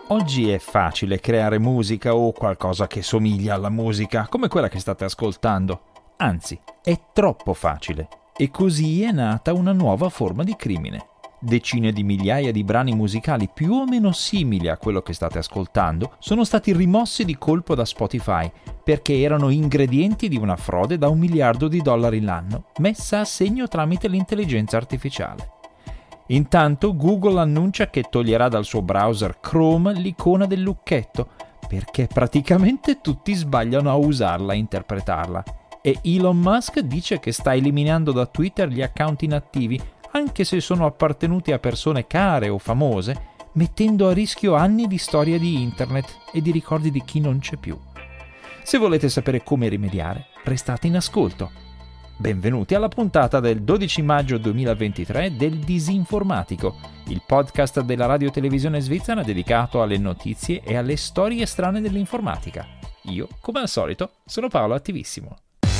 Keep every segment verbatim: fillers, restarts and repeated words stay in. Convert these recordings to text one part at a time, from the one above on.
Oggi è facile creare musica o qualcosa che somiglia alla musica, come quella che state ascoltando. Anzi, è troppo facile. E così è nata una nuova forma di crimine. Decine di migliaia di brani musicali più o meno simili a quello che state ascoltando sono stati rimossi di colpo da Spotify perché erano ingredienti di una frode da un miliardo di dollari l'anno, messa a segno tramite l'intelligenza artificiale. Intanto Google annuncia che toglierà dal suo browser Chrome l'icona del lucchetto, perché praticamente tutti sbagliano a usarla e interpretarla. E Elon Musk dice che sta eliminando da Twitter gli account inattivi, anche se sono appartenuti a persone care o famose, mettendo a rischio anni di storia di internet e di ricordi di chi non c'è più. Se volete sapere come rimediare, restate in ascolto. Benvenuti alla puntata del dodici maggio duemilaventitré del Disinformatico, il podcast della radio televisione svizzera dedicato alle notizie e alle storie strane dell'informatica. Io, come al solito, sono Paolo Attivissimo.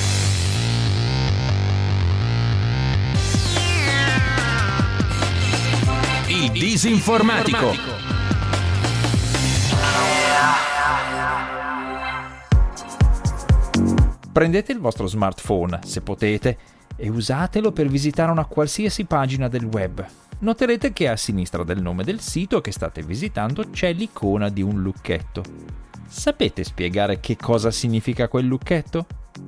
Il Disinformatico. Prendete il vostro smartphone, se potete, e usatelo per visitare una qualsiasi pagina del web. Noterete che a sinistra del nome del sito che state visitando c'è l'icona di un lucchetto. Sapete spiegare che cosa significa quel lucchetto?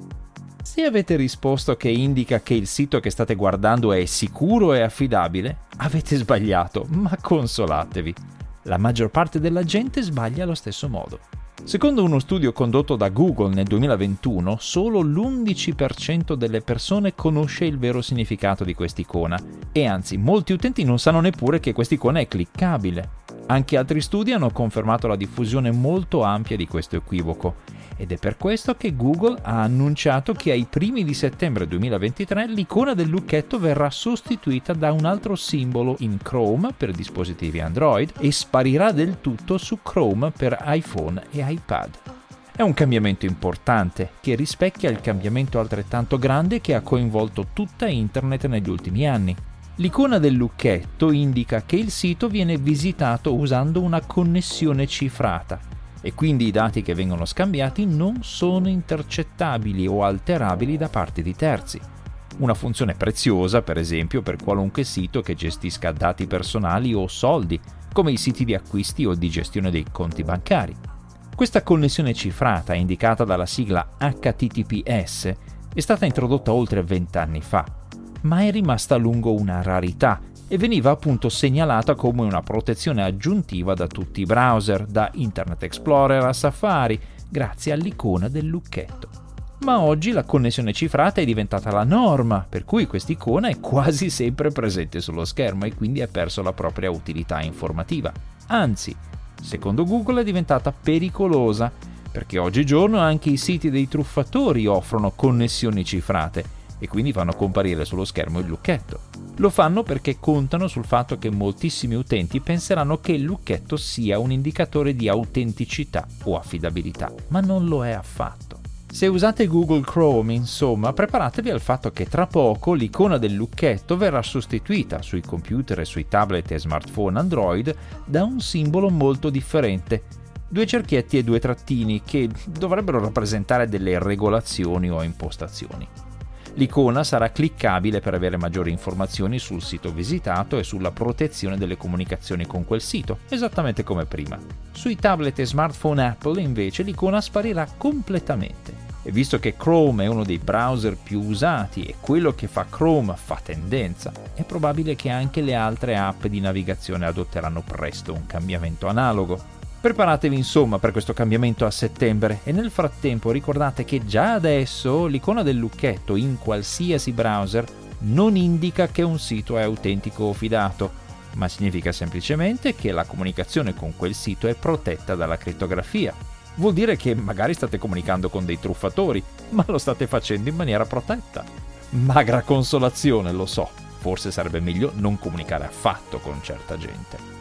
Se avete risposto che indica che il sito che state guardando è sicuro e affidabile, avete sbagliato, ma consolatevi. La maggior parte della gente sbaglia allo stesso modo. Secondo uno studio condotto da Google nel duemilaventuno, solo l'undici per cento delle persone conosce il vero significato di quest'icona e anzi molti utenti non sanno neppure che quest'icona è cliccabile. Anche altri studi hanno confermato la diffusione molto ampia di questo equivoco ed è per questo che Google ha annunciato che ai primi di settembre duemilaventitré l'icona del lucchetto verrà sostituita da un altro simbolo in Chrome per dispositivi Android e sparirà del tutto su Chrome per iPhone e iPad. È un cambiamento importante che rispecchia il cambiamento altrettanto grande che ha coinvolto tutta Internet negli ultimi anni. L'icona del lucchetto indica che il sito viene visitato usando una connessione cifrata e quindi i dati che vengono scambiati non sono intercettabili o alterabili da parte di terzi. Una funzione preziosa, per esempio, per qualunque sito che gestisca dati personali o soldi, come i siti di acquisti o di gestione dei conti bancari. Questa connessione cifrata, indicata dalla sigla H T T P S, è stata introdotta oltre vent'anni fa, ma è rimasta a lungo una rarità e veniva appunto segnalata come una protezione aggiuntiva da tutti i browser, da Internet Explorer a Safari, grazie all'icona del lucchetto. Ma oggi la connessione cifrata è diventata la norma, per cui quest'icona è quasi sempre presente sullo schermo e quindi ha perso la propria utilità informativa. Anzi, secondo Google è diventata pericolosa, perché oggigiorno anche i siti dei truffatori offrono connessioni cifrate e quindi fanno comparire sullo schermo il lucchetto. Lo fanno perché contano sul fatto che moltissimi utenti penseranno che il lucchetto sia un indicatore di autenticità o affidabilità, ma non lo è affatto. Se usate Google Chrome, insomma, preparatevi al fatto che tra poco l'icona del lucchetto verrà sostituita sui computer e sui tablet e smartphone Android da un simbolo molto differente. Due cerchietti e due trattini che dovrebbero rappresentare delle regolazioni o impostazioni. L'icona sarà cliccabile per avere maggiori informazioni sul sito visitato e sulla protezione delle comunicazioni con quel sito, esattamente come prima. Sui tablet e smartphone Apple invece l'icona sparirà completamente. E visto che Chrome è uno dei browser più usati e quello che fa Chrome fa tendenza, è probabile che anche le altre app di navigazione adotteranno presto un cambiamento analogo. Preparatevi insomma per questo cambiamento a settembre e nel frattempo ricordate che già adesso l'icona del lucchetto in qualsiasi browser non indica che un sito è autentico o fidato, ma significa semplicemente che la comunicazione con quel sito è protetta dalla crittografia. Vuol dire che magari state comunicando con dei truffatori, ma lo state facendo in maniera protetta. Magra consolazione, lo so, forse sarebbe meglio non comunicare affatto con certa gente.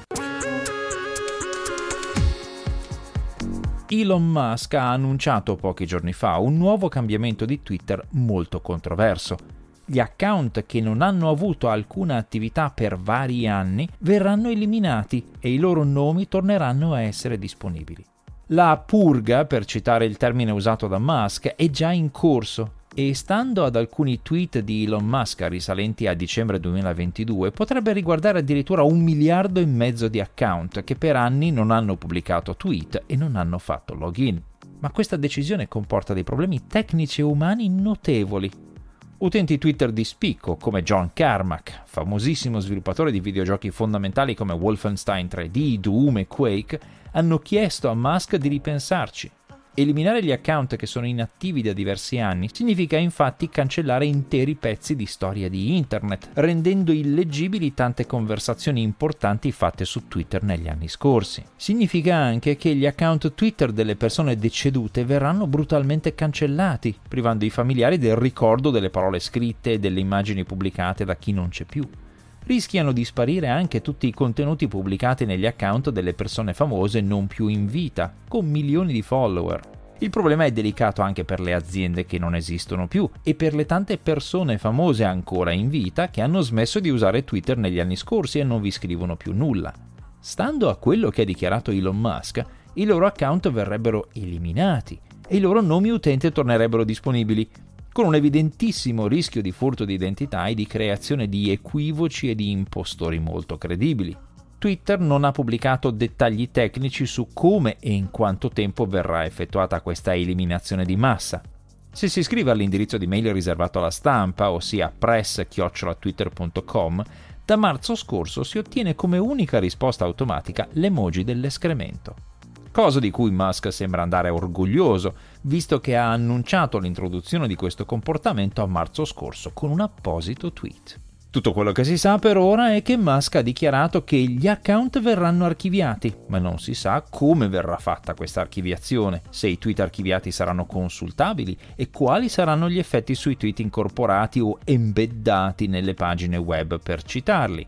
Elon Musk ha annunciato pochi giorni fa un nuovo cambiamento di Twitter molto controverso. Gli account che non hanno avuto alcuna attività per vari anni verranno eliminati e i loro nomi torneranno a essere disponibili. La purga, per citare il termine usato da Musk, è già in corso e, stando ad alcuni tweet di Elon Musk risalenti a dicembre duemilaventidue, potrebbe riguardare addirittura un miliardo e mezzo di account che per anni non hanno pubblicato tweet e non hanno fatto login. Ma questa decisione comporta dei problemi tecnici e umani notevoli. Utenti Twitter di spicco come John Carmack, famosissimo sviluppatore di videogiochi fondamentali come Wolfenstein tre D, Doom e Quake, hanno chiesto a Musk di ripensarci. Eliminare gli account che sono inattivi da diversi anni significa infatti cancellare interi pezzi di storia di internet, rendendo illeggibili tante conversazioni importanti fatte su Twitter negli anni scorsi. Significa anche che gli account Twitter delle persone decedute verranno brutalmente cancellati, privando i familiari del ricordo delle parole scritte e delle immagini pubblicate da chi non c'è più. Rischiano di sparire anche tutti i contenuti pubblicati negli account delle persone famose non più in vita, con milioni di follower. Il problema è delicato anche per le aziende che non esistono più e per le tante persone famose ancora in vita che hanno smesso di usare Twitter negli anni scorsi e non vi scrivono più nulla. Stando a quello che ha dichiarato Elon Musk, i loro account verrebbero eliminati e i loro nomi utente tornerebbero disponibili, con un evidentissimo rischio di furto di identità e di creazione di equivoci e di impostori molto credibili. Twitter non ha pubblicato dettagli tecnici su come e in quanto tempo verrà effettuata questa eliminazione di massa. Se si iscrive all'indirizzo di mail riservato alla stampa, ossia press chiocciola twitter punto com, da marzo scorso si ottiene come unica risposta automatica l'emoji dell'escremento. Cosa di cui Musk sembra andare orgoglioso, visto che ha annunciato l'introduzione di questo comportamento a marzo scorso con un apposito tweet. Tutto quello che si sa per ora è che Musk ha dichiarato che gli account verranno archiviati, ma non si sa come verrà fatta questa archiviazione, se i tweet archiviati saranno consultabili e quali saranno gli effetti sui tweet incorporati o embeddati nelle pagine web per citarli.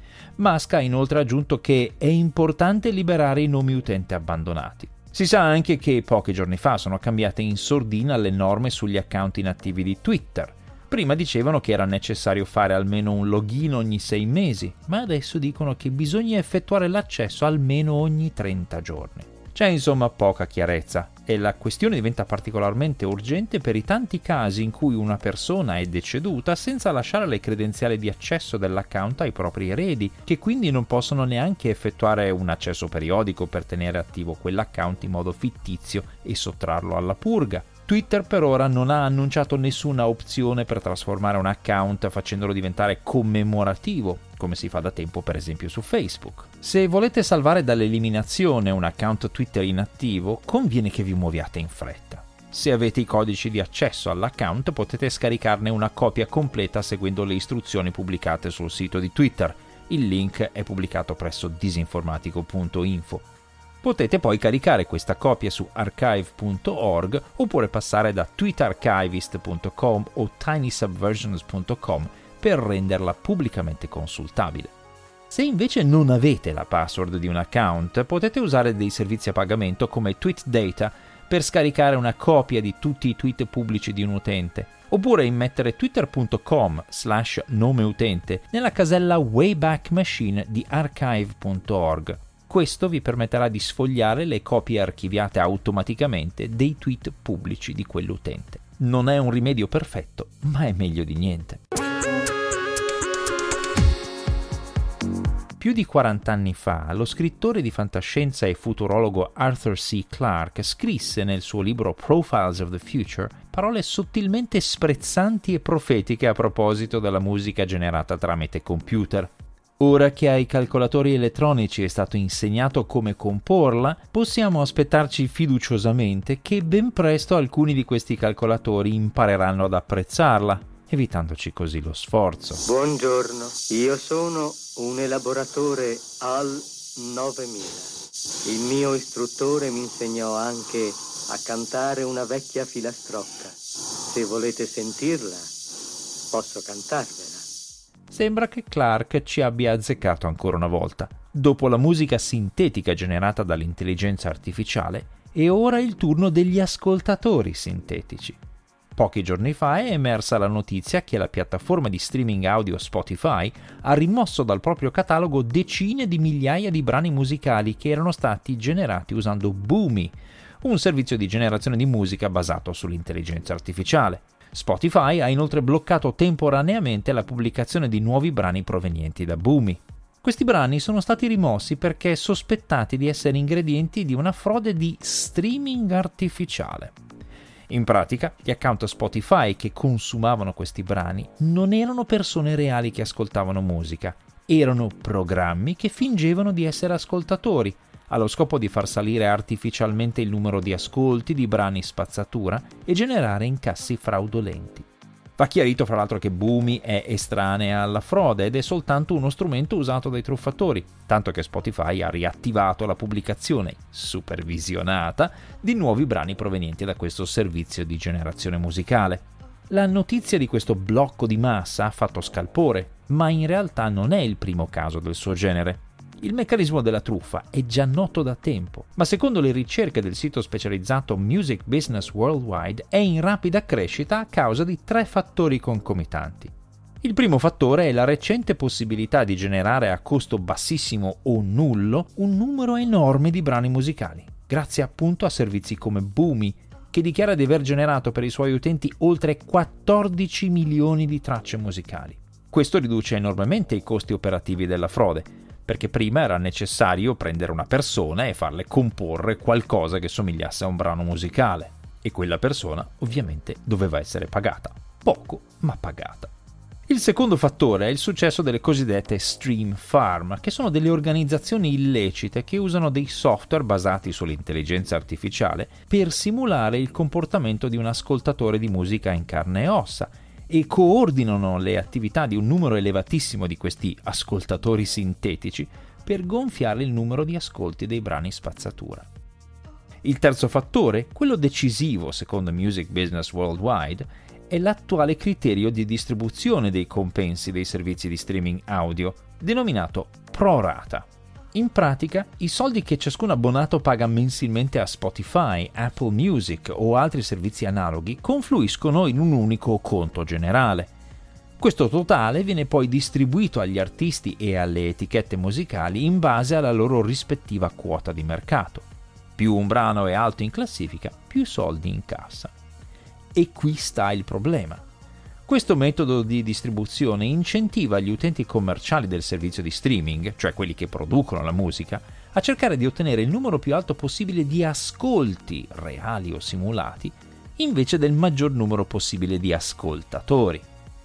Musk ha inoltre aggiunto che è importante liberare i nomi utente abbandonati. Si sa anche che pochi giorni fa sono cambiate in sordina le norme sugli account inattivi di Twitter. Prima dicevano che era necessario fare almeno un login ogni sei mesi, ma adesso dicono che bisogna effettuare l'accesso almeno ogni trenta giorni. C'è insomma poca chiarezza e la questione diventa particolarmente urgente per i tanti casi in cui una persona è deceduta senza lasciare le credenziali di accesso dell'account ai propri eredi, che quindi non possono neanche effettuare un accesso periodico per tenere attivo quell'account in modo fittizio e sottrarlo alla purga. Twitter per ora non ha annunciato nessuna opzione per trasformare un account facendolo diventare commemorativo, come si fa da tempo per esempio su Facebook. Se volete salvare dall'eliminazione un account Twitter inattivo, conviene che vi muoviate in fretta. Se avete i codici di accesso all'account potete scaricarne una copia completa seguendo le istruzioni pubblicate sul sito di Twitter. Il link è pubblicato presso disinformatico punto info. Potete poi caricare questa copia su archive punto org oppure passare da tweetarchivist punto com o tinysubversions punto com per renderla pubblicamente consultabile. Se invece non avete la password di un account, potete usare dei servizi a pagamento come TweetData per scaricare una copia di tutti i tweet pubblici di un utente, oppure immettere twitter punto com slash nome utente nella casella Wayback Machine di archive punto org. Questo vi permetterà di sfogliare le copie archiviate automaticamente dei tweet pubblici di quell'utente. Non è un rimedio perfetto, ma è meglio di niente. Più di quaranta anni fa, lo scrittore di fantascienza e futurologo Arthur C. Clarke scrisse nel suo libro Profiles of the Future parole sottilmente sprezzanti e profetiche a proposito della musica generata tramite computer. Ora che ai calcolatori elettronici è stato insegnato come comporla, possiamo aspettarci fiduciosamente che ben presto alcuni di questi calcolatori impareranno ad apprezzarla, evitandoci così lo sforzo. Buongiorno, io sono un elaboratore A L novemila. Il mio istruttore mi insegnò anche a cantare una vecchia filastrocca. Se volete sentirla, posso cantarvela. Sembra che Clarke ci abbia azzeccato ancora una volta. Dopo la musica sintetica generata dall'intelligenza artificiale, è ora il turno degli ascoltatori sintetici. Pochi giorni fa è emersa la notizia che la piattaforma di streaming audio Spotify ha rimosso dal proprio catalogo decine di migliaia di brani musicali che erano stati generati usando Boomy, un servizio di generazione di musica basato sull'intelligenza artificiale. Spotify ha inoltre bloccato temporaneamente la pubblicazione di nuovi brani provenienti da Boomy. Questi brani sono stati rimossi perché sospettati di essere ingredienti di una frode di streaming artificiale. In pratica, gli account Spotify che consumavano questi brani non erano persone reali che ascoltavano musica, erano programmi che fingevano di essere ascoltatori, allo scopo di far salire artificialmente il numero di ascolti di brani spazzatura e generare incassi fraudolenti. Va chiarito fra l'altro che Boomy è estranea alla frode ed è soltanto uno strumento usato dai truffatori, tanto che Spotify ha riattivato la pubblicazione supervisionata di nuovi brani provenienti da questo servizio di generazione musicale. La notizia di questo blocco di massa ha fatto scalpore, ma in realtà non è il primo caso del suo genere. Il meccanismo della truffa è già noto da tempo, ma secondo le ricerche del sito specializzato Music Business Worldwide è in rapida crescita a causa di tre fattori concomitanti. Il primo fattore è la recente possibilità di generare a costo bassissimo o nullo un numero enorme di brani musicali, grazie appunto a servizi come Boomy, che dichiara di aver generato per i suoi utenti oltre quattordici milioni di tracce musicali. Questo riduce enormemente i costi operativi della frode, perché prima era necessario prendere una persona e farle comporre qualcosa che somigliasse a un brano musicale, e quella persona ovviamente doveva essere pagata. Poco, ma pagata. Il secondo fattore è il successo delle cosiddette stream farm, che sono delle organizzazioni illecite che usano dei software basati sull'intelligenza artificiale per simulare il comportamento di un ascoltatore di musica in carne e ossa, e coordinano le attività di un numero elevatissimo di questi ascoltatori sintetici per gonfiare il numero di ascolti dei brani spazzatura. Il terzo fattore, quello decisivo secondo Music Business Worldwide, è l'attuale criterio di distribuzione dei compensi dei servizi di streaming audio, denominato pro rata. In pratica, i soldi che ciascun abbonato paga mensilmente a Spotify, Apple Music o altri servizi analoghi confluiscono in un unico conto generale. Questo totale viene poi distribuito agli artisti e alle etichette musicali in base alla loro rispettiva quota di mercato. Più un brano è alto in classifica, più soldi in cassa. E qui sta il problema. Questo metodo di distribuzione incentiva gli utenti commerciali del servizio di streaming, cioè quelli che producono la musica, a cercare di ottenere il numero più alto possibile di ascolti, reali o simulati, invece del maggior numero possibile di ascoltatori.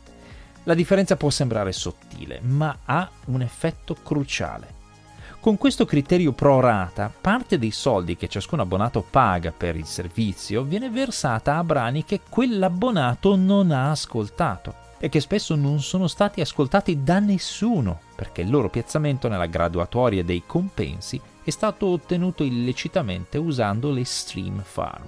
La differenza può sembrare sottile, ma ha un effetto cruciale. Con questo criterio pro rata, parte dei soldi che ciascun abbonato paga per il servizio viene versata a brani che quell'abbonato non ha ascoltato e che spesso non sono stati ascoltati da nessuno, perché il loro piazzamento nella graduatoria dei compensi è stato ottenuto illecitamente usando le stream farm.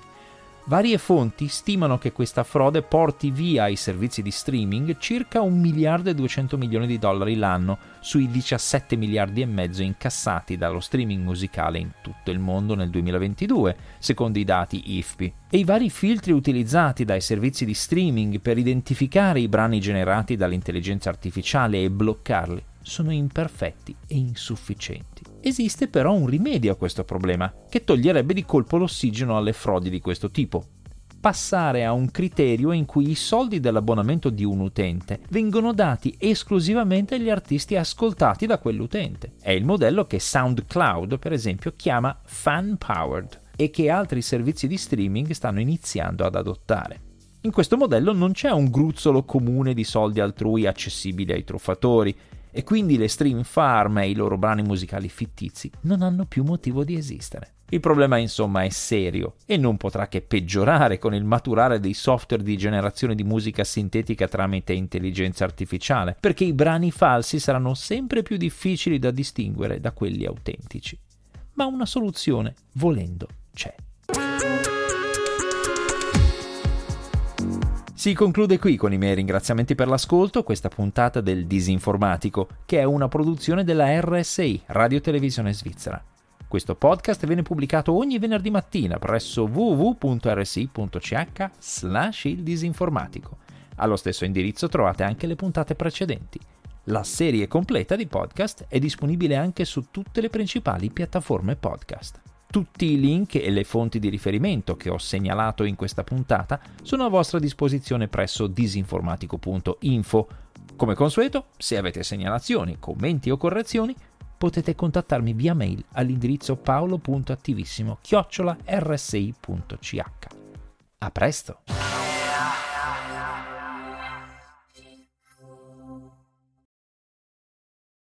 Varie fonti stimano che questa frode porti via ai servizi di streaming circa un miliardo e duecento milioni di dollari l'anno sui diciassette miliardi e mezzo incassati dallo streaming musicale in tutto il mondo nel duemilaventidue, secondo i dati I F P I. E i vari filtri utilizzati dai servizi di streaming per identificare i brani generati dall'intelligenza artificiale e bloccarli sono imperfetti e insufficienti. Esiste però un rimedio a questo problema, che toglierebbe di colpo l'ossigeno alle frodi di questo tipo. Passare a un criterio in cui i soldi dell'abbonamento di un utente vengono dati esclusivamente agli artisti ascoltati da quell'utente. È il modello che SoundCloud, per esempio, chiama fan-powered e che altri servizi di streaming stanno iniziando ad adottare. In questo modello non c'è un gruzzolo comune di soldi altrui accessibili ai truffatori, e quindi le stream farm e i loro brani musicali fittizi non hanno più motivo di esistere. Il problema insomma è serio e non potrà che peggiorare con il maturare dei software di generazione di musica sintetica tramite intelligenza artificiale, perché i brani falsi saranno sempre più difficili da distinguere da quelli autentici. Ma una soluzione, volendo, c'è. Si conclude qui con i miei ringraziamenti per l'ascolto questa puntata del Disinformatico, che è una produzione della R S I, Radio Televisione Svizzera. Questo podcast viene pubblicato ogni venerdì mattina presso w w w punto r s i punto c h slash il disinformatico. Allo stesso indirizzo trovate anche le puntate precedenti. La serie completa di podcast è disponibile anche su tutte le principali piattaforme podcast. Tutti i link e le fonti di riferimento che ho segnalato in questa puntata sono a vostra disposizione presso disinformatico punto info. Come consueto, se avete segnalazioni, commenti o correzioni, potete contattarmi via mail all'indirizzo paolo punto attivissimo chiocciola r s i punto c h. A presto!